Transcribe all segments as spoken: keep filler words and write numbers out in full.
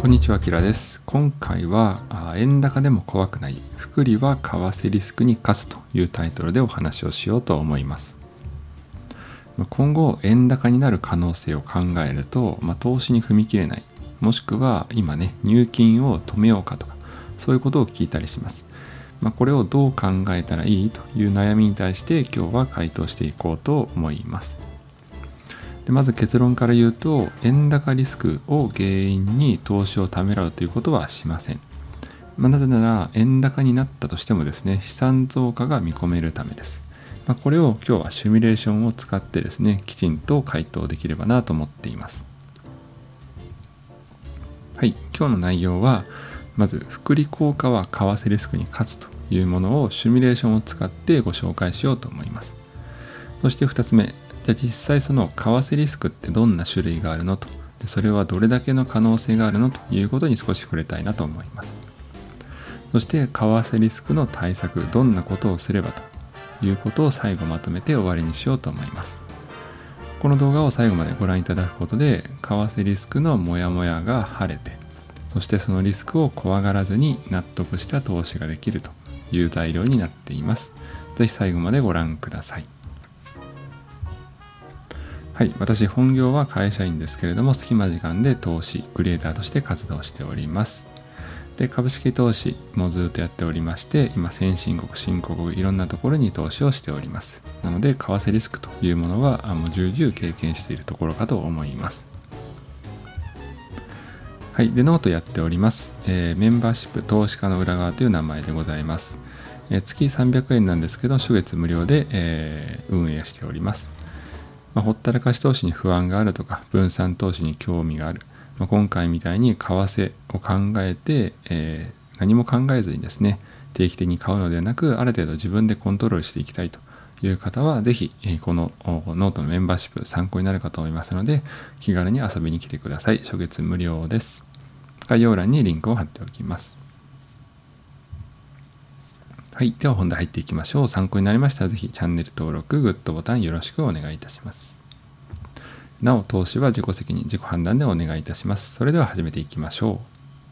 こんにちは、キラです。今回はあ円高でも怖くない複利は為替リスクに勝つというタイトルでお話をしようと思います。今後円高になる可能性を考えると、まあ、投資に踏み切れない、もしくは今ね入金を止めようかとか、そういうことを聞いたりします。まあ、これをどう考えたらいいという悩みに対して今日は回答していこうと思います。でまず結論から言うと、円高リスクを原因に投資をためらうということはしません。まあ、なぜなら円高になったとしてもですね、資産増加が見込めるためです。まあ、これを今日はシミュレーションを使ってですね、きちんと回答できればなと思っています。はい、今日の内容は、まず複利効果は為替リスクに勝つというものをシミュレーションを使ってご紹介しようと思います。そしてふたつめ、じゃあ実際その為替リスクってどんな種類があるのと、でそれはどれだけの可能性があるのということに少し触れたいなと思います。そして為替リスクの対策、どんなことをすればということを最後まとめて終わりにしようと思います。この動画を最後までご覧いただくことで、為替リスクのモヤモヤが晴れて、そしてそのリスクを怖がらずに納得した投資ができるという材料になっています。ぜひ最後までご覧ください。はい、私本業は会社員ですけれども、隙間時間で投資クリエイターとして活動しております。で株式投資もずっとやっておりまして、今先進国新興国いろんなところに投資をしております。なので為替リスクというものはもう重々経験しているところかと思います。はい、でノートやっております、えー、メンバーシップ投資家の裏側という名前でございます。えー、月さんびゃくえんなんですけど、初月無料で、えー、運営しております。まあ、ほったらかし投資に不安があるとか、分散投資に興味がある、まあ、今回みたいに為替を考えて、えー、何も考えずにですね、定期的に買うのではなく、ある程度自分でコントロールしていきたいという方は、ぜひ、えー、このノートのメンバーシップ参考になるかと思いますので、気軽に遊びに来てください。初月無料です。概要欄にリンクを貼っておきます。はい、では本題入っていきましょう。参考になりましたらぜひチャンネル登録、グッドボタンよろしくお願いいたします。なお、投資は自己責任、自己判断でお願いいたします。それでは始めていきましょう。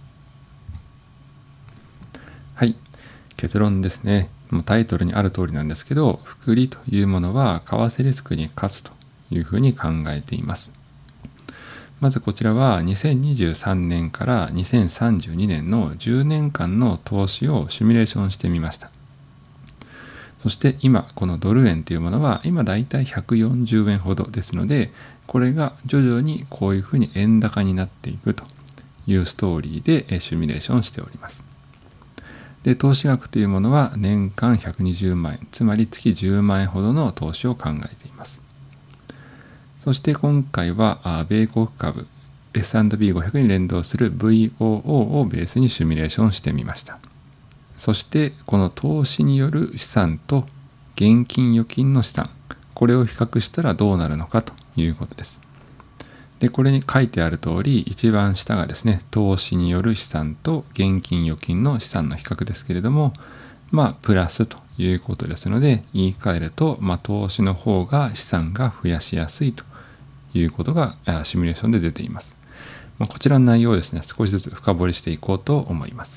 はい、結論ですね。タイトルにある通りなんですけど、複利というものは為替リスクに勝つというふうに考えています。まずこちらはにせんにじゅうさんねんからにせんさんじゅうにねんのじゅうねんかんの投資をシミュレーションしてみました。そして今このドル円というものは今だいたいひゃくよんじゅうえんほどですので、これが徐々にこういうふうに円高になっていくというストーリーでシミュレーションしております。で投資額というものは年間ひゃくにじゅうまんえん、つまり月じゅうまんえんほどの投資を考えています。そして今回は米国株 エスアンドピーごひゃく に連動する ブイオーオー をベースにシミュレーションしてみました。そしてこの投資による資産と現金預金の資産、これを比較したらどうなるのかということです。でこれに書いてある通り、一番下がですね、投資による資産と現金預金の資産の比較ですけれども、まあプラスということですので、言い換えると、まあ、投資の方が資産が増やしやすいということがシミュレーションで出ています。まあ、こちらの内容をですね、少しずつ深掘りしていこうと思います。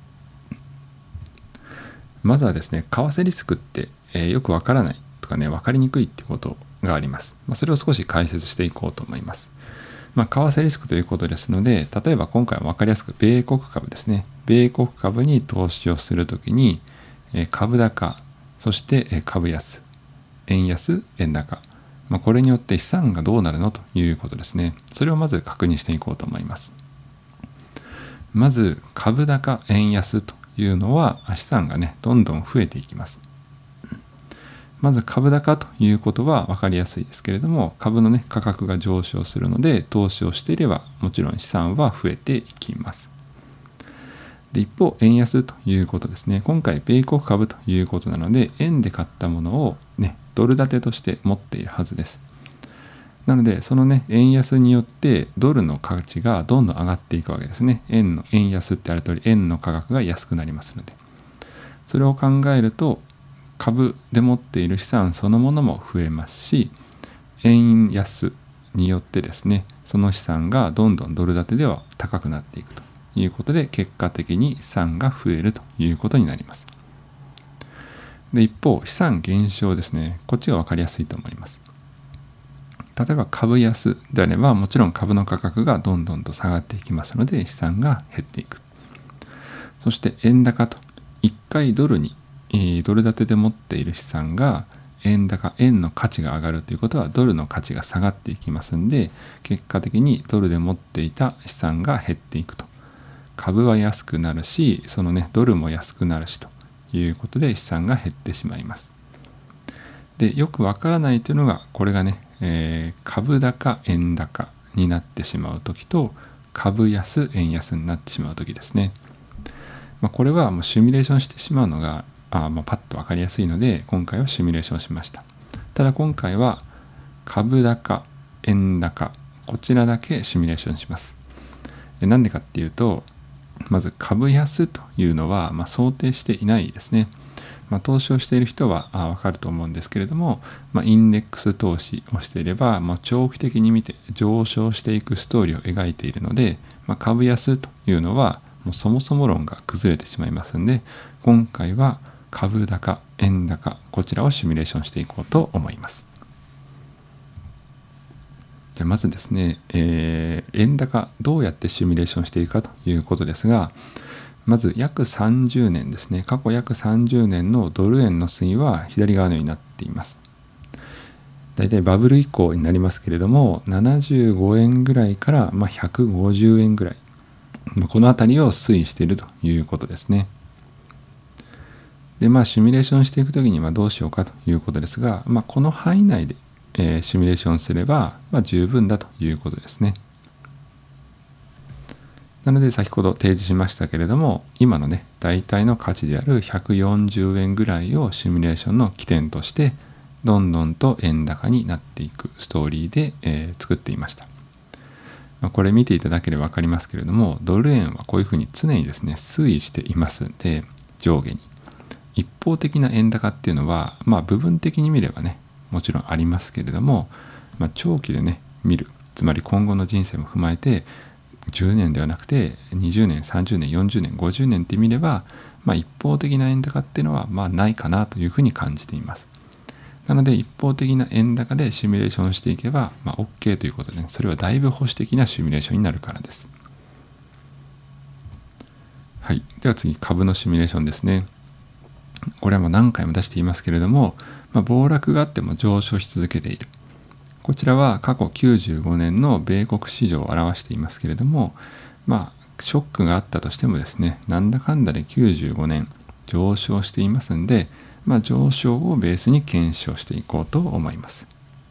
まずはですね、為替リスクって、えー、よくわからないとかね、わかりにくいってことがあります。まあ、それを少し解説していこうと思います。まあ、為替リスクということですので、例えば今回はわかりやすく米国株ですね。米国株に投資をするときに、えー、株高、そして、えー、株安、円安、円高。まあ、これによって資産がどうなるのということですね。それをまず確認していこうと思います。まず株高、円安というのは資産がねどんどん増えていきます。まず株高ということは分かりやすいですけれども、株のね価格が上昇するので、投資をしていればもちろん資産は増えていきます。で一方円安ということですね。今回米国株ということなので、円で買ったものをねドル建てとして持っているはずです。なのでそのね円安によってドルの価値がどんどん上がっていくわけですね。円の円安ってある通り、円の価格が安くなりますので、それを考えると株で持っている資産そのものも増えますし、円安によってですね、その資産がどんどんドル建てでは高くなっていくということで、結果的に資産が増えるということになります。で、一方、資産減少ですね。こっちが分かりやすいと思います。例えば株安であれば、もちろん株の価格がどんどんと下がっていきますので、資産が減っていく。そして円高と、いっかいドルに、えー、ドル建てで持っている資産が円高、円の価値が上がるということはドルの価値が下がっていきますんで、結果的にドルで持っていた資産が減っていくと。株は安くなるし、そのね、ドルも安くなるしということで資産が減ってしまいます。で、よくわからないというのが、これがね、えー、株高、円高になってしまうときと、株安、円安になってしまうときですね。まあ、これはもうシミュレーションしてしまうのが、あまあパッとわかりやすいので、今回はシミュレーションしました。ただ今回は、株高、円高、こちらだけシミュレーションします。なんでかっていうと、まず株安というのは、まあ、想定していないですね。まあ、投資をしている人は分かると思うんですけれども、まあ、インデックス投資をしていれば、まあ、長期的に見て上昇していくストーリーを描いているので、まあ、株安というのはもうそもそも論が崩れてしまいますので、今回は株高、円高、こちらをシミュレーションしていこうと思います。じゃあまずですね、えー、円高どうやってシミュレーションしていくかということですが、まず約さんじゅうねんですね、過去約さんじゅうねんのドル円の推移は左側のようになっています。だいたいバブル以降になりますけれども、ななじゅうごえんぐらいからまあひゃくごじゅうえんぐらい、この辺りを推移しているということですね。で、まあシミュレーションしていくときにはどうしようかということですが、まあ、この範囲内で、えー、シミュレーションすれば、まあ、十分だということですね。なので先ほど提示しましたけれども、今のね、大体の価値であるひゃくよんじゅうえんぐらいをシミュレーションの起点として、どんどんと円高になっていくストーリーで、えー、作っていました。まあ、これ見ていただければ分かりますけれども、ドル円はこういうふうに常にですね、推移していますので、上下に。一方的な円高っていうのは、まあ部分的に見ればね、もちろんありますけれども、まあ、長期でね、見る。つまり今後の人生も踏まえて、じゅうねんではなくてにじゅうねん、さんじゅうねん、よんじゅうねん、ごじゅうねんって見れば、まあ、一方的な円高っていうのはまあないかなというふうに感じています。なので一方的な円高でシミュレーションしていけば、まあ、OK ということで、ね、それはだいぶ保守的なシミュレーションになるからです。はい。では次、株のシミュレーションですね。これはもう何回も出していますけれども、まあ、暴落があっても上昇し続けている。こちらは過去きゅうじゅうごねんの米国市場を表していますけれども、まあ、ショックがあったとしてもですね、なんだかんだできゅうじゅうごねん上昇していますんで、まあ、上昇をベースに検証していこうと思います。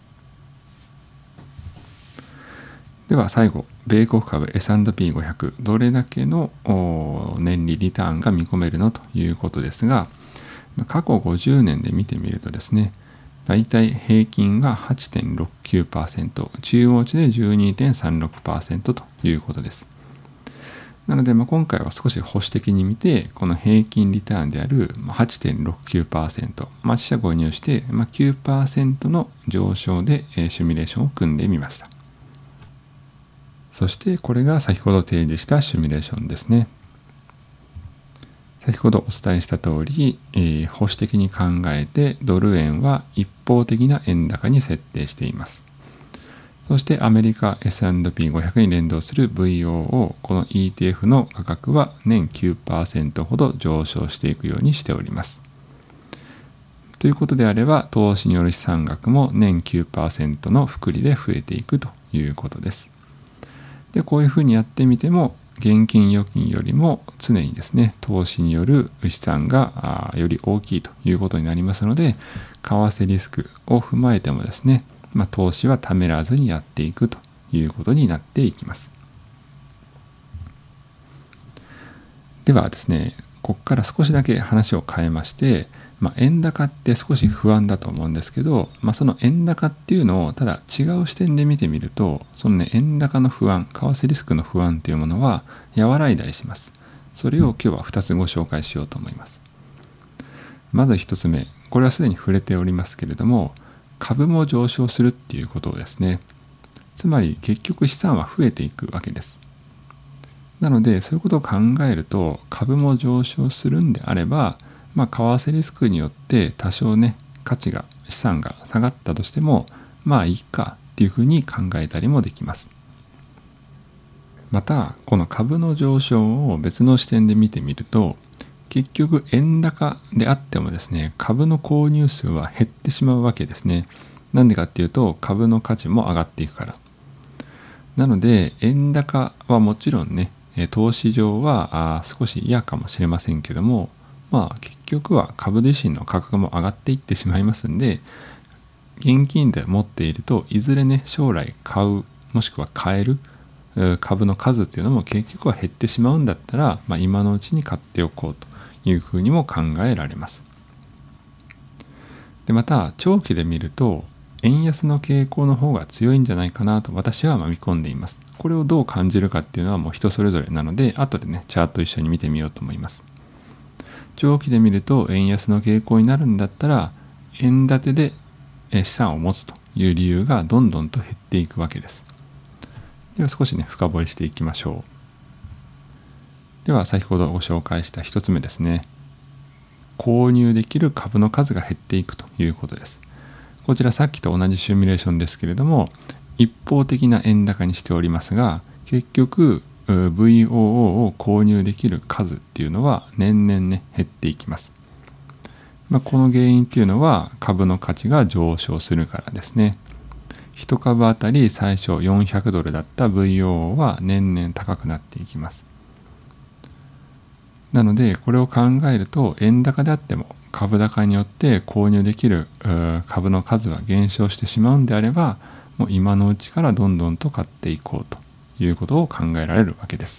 では最後、米国株 エスアンドピーごひゃく、どれだけの年利リターンが見込めるのということですが、過去ごじゅうねんで見てみるとですね、だいたい平均が はちてんろくきゅうパーセント、中央値で じゅうにてんさんろくパーセント ということです。なので、まあ、今回は少し保守的に見て、この平均リターンである はちてんろくきゅうパーセント、まあ、四捨五入して、まあ、きゅうパーセント の上昇で、えー、シミュレーションを組んでみました。そしてこれが先ほど提示したシミュレーションですね。先ほどお伝えした通り、えー、保守的に考えてドル円は一方的な円高に設定しています。そしてアメリカ エスアンドピーごひゃく に連動する ブイオーオー、この イーティーエフ の価格は年 きゅうパーセント ほど上昇していくようにしております。ということであれば、投資による資産額も年 きゅうパーセント の複利で増えていくということです。で、こういうふうにやってみても、現金預金よりも常にですね、投資による資産がより大きいということになりますので、為替リスクを踏まえてもですね、まあ、投資はためらわずにやっていくということになっていきます。ではですね、ここから少しだけ話を変えまして、まあ、円高って少し不安だと思うんですけど、まあ、その円高っていうのをただ違う視点で見てみると、そのね、円高の不安、為替リスクの不安というものは和らいだりします。それを今日はふたつご紹介しようと思います。まずひとつめ、これはすでに触れておりますけれども、株も上昇するっていうことをですね、 つまり結局資産は増えていくわけです。なのでそういうことを考えると、株も上昇するんであれば、まあ、為替リスクによって多少ね価値が資産が下がったとしてもまあいいかっていうふうに考えたりもできます。またこの株の上昇を別の視点で見てみると、結局円高であってもですね、株の購入数は減ってしまうわけですね。なんでかっていうと、株の価値も上がっていくから。なので円高はもちろんね、投資上は少し嫌かもしれませんけども、まあ結局は株自身の価格も上がっていってしまいますんで、現金で持っているといずれね将来買うもしくは買える株の数っていうのも結局は減ってしまうんだったら、まあ、今のうちに買っておこうというふうにも考えられます。でまた長期で見ると円安の傾向の方が強いんじゃないかなと私は見込んでいます。これをどう感じるかっていうのはもう人それぞれなので、後でねチャート一緒に見てみようと思います。長期で見ると円安の傾向になるんだったら、円建てで資産を持つという理由がどんどんと減っていくわけです。では少しね深掘りしていきましょう。では先ほどご紹介した一つ目ですね。購入できる株の数が減っていくということです。こちらさっきと同じシミュレーションですけれども、一方的な円高にしておりますが、結局 ブイオーオー を購入できる数っていうのは年々ね減っていきます。まあ、この原因っていうのは株の価値が上昇するからですね。いち株あたり最初よんひゃくドルだった ブイオーオー は年々高くなっていきます。なのでこれを考えると、円高であっても株高によって購入できる株の数は減少してしまうんであれば、もう今のうちからどんどんと買っていこうということを考えられるわけです。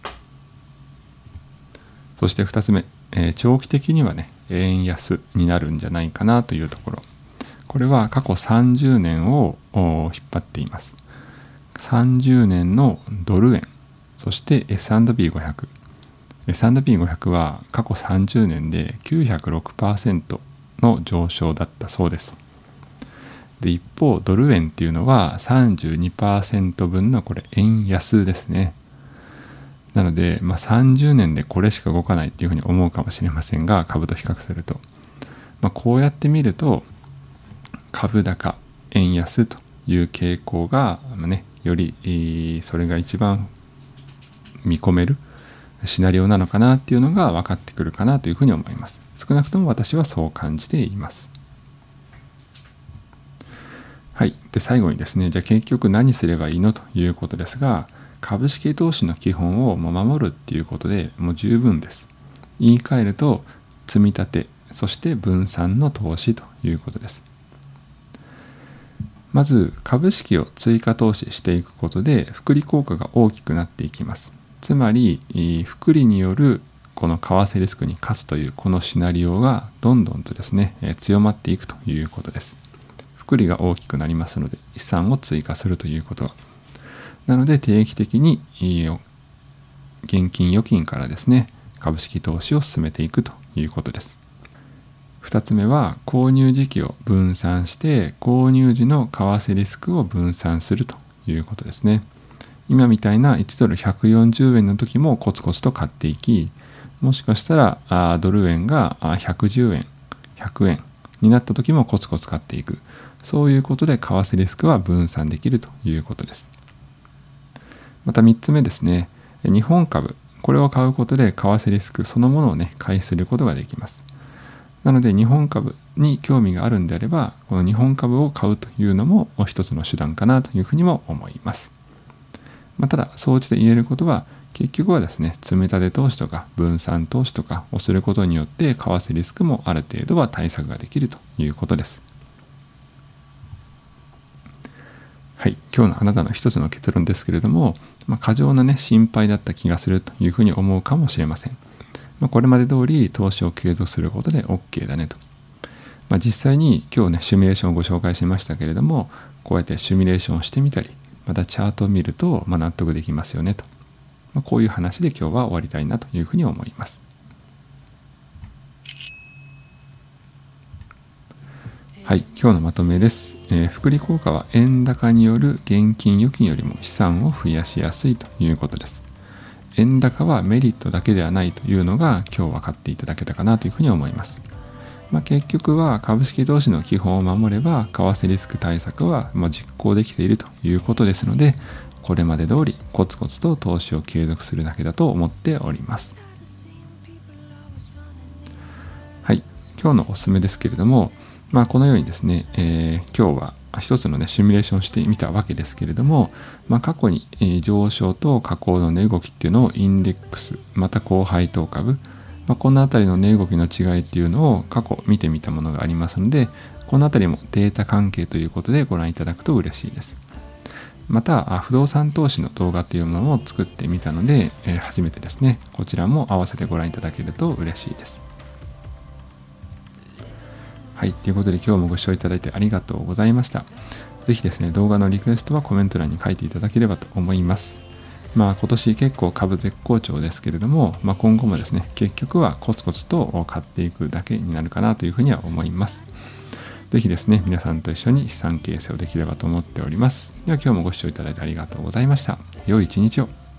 そしてふたつめ、えー、長期的にはね円安になるんじゃないかなというところ。これは過去さんじゅうねんを引っ張っています。さんじゅうねんのドル円、そして エスアンドピーごひゃく。エスアンドピーごひゃく は過去さんじゅうねんで きゅうひゃくろくパーセント の上昇だったそうです。で一方ドル円っていうのは さんじゅうにパーセント 分のこれ円安ですね。なので、まあ、さんじゅうねんでこれしか動かないっていうふうに思うかもしれませんが、株と比較すると、まあ、こうやって見ると株高円安という傾向が、ね、よりそれが一番見込めるシナリオなのかなっていうのが分かってくるかなというふうに思います。少なくとも私はそう感じています。はい。で最後にですね、じゃあ結局何すればいいのということですが、株式投資の基本を守るっていうことでもう十分です。言い換えると積み立て、そして分散の投資ということです。まず株式を追加投資していくことで複利効果が大きくなっていきます。つまり複利によるこの為替リスクに勝つというこのシナリオがどんどんとですね強まっていくということです。複利が大きくなりますので資産を追加するということは、なので定期的に現金預金からですね株式投資を進めていくということです。ふたつめは購入時期を分散して購入時の為替リスクを分散するということですね。今みたいないちドルひゃくよんじゅうえんの時もコツコツと買っていき、もしかしたらドル円がひゃくじゅうえんひゃくえんになった時もコツコツ買っていく、そういうことで為替リスクは分散できるということです。またみっつめですね、日本株、これを買うことで為替リスクそのものをね回避することができます。なので日本株に興味があるんであれば、この日本株を買うというのも一つの手段かなというふうにも思います。まあ、ただ総じて言えることは、結局はですね積み立て投資とか分散投資とかをすることによって為替リスクもある程度は対策ができるということです。はい、今日のあなたの一つの結論ですけれども、まあ、過剰なね心配だった気がするというふうに思うかもしれません。まあ、これまで通り投資を継続することで OK だねと。まあ、実際に今日ねシミュレーションをご紹介しましたけれども、こうやってシミュレーションをしてみたり、またチャートを見るとまあ納得できますよねと。まあ、こういう話で今日は終わりたいなというふうに思います。 はい、今日のまとめです。えー、複利効果は円高による現金預金よりも資産を増やしやすいということです。円高はメリットだけではないというのが今日分かっていただけたかなというふうに思います。まあ、結局は株式投資の基本を守れば為替リスク対策はもう実行できているということですので、これまで通りコツコツと投資を継続するだけだと思っております。はい、今日のおすすめですけれども、まあ、このようにですね、えー、今日は一つのねシミュレーションをしてみたわけですけれども、まあ、過去に、えー、上昇と下降の値動きっていうのをインデックスまた高配当株、まあ、このあたりの値動きの違いっていうのを過去見てみたものがありますので、このあたりもデータ関係ということでご覧いただくと嬉しいです。また不動産投資の動画というものを作ってみたので、えー、初めてですねこちらも合わせてご覧いただけると嬉しいです。はい、ということで今日もご視聴いただいてありがとうございました。ぜひですね動画のリクエストはコメント欄に書いていただければと思います。まあ今年結構株絶好調ですけれども、まあ、今後もですね結局はコツコツと買っていくだけになるかなというふうには思います。ぜひですね皆さんと一緒に資産形成をできればと思っております。では今日もご視聴いただいてありがとうございました。良い一日を。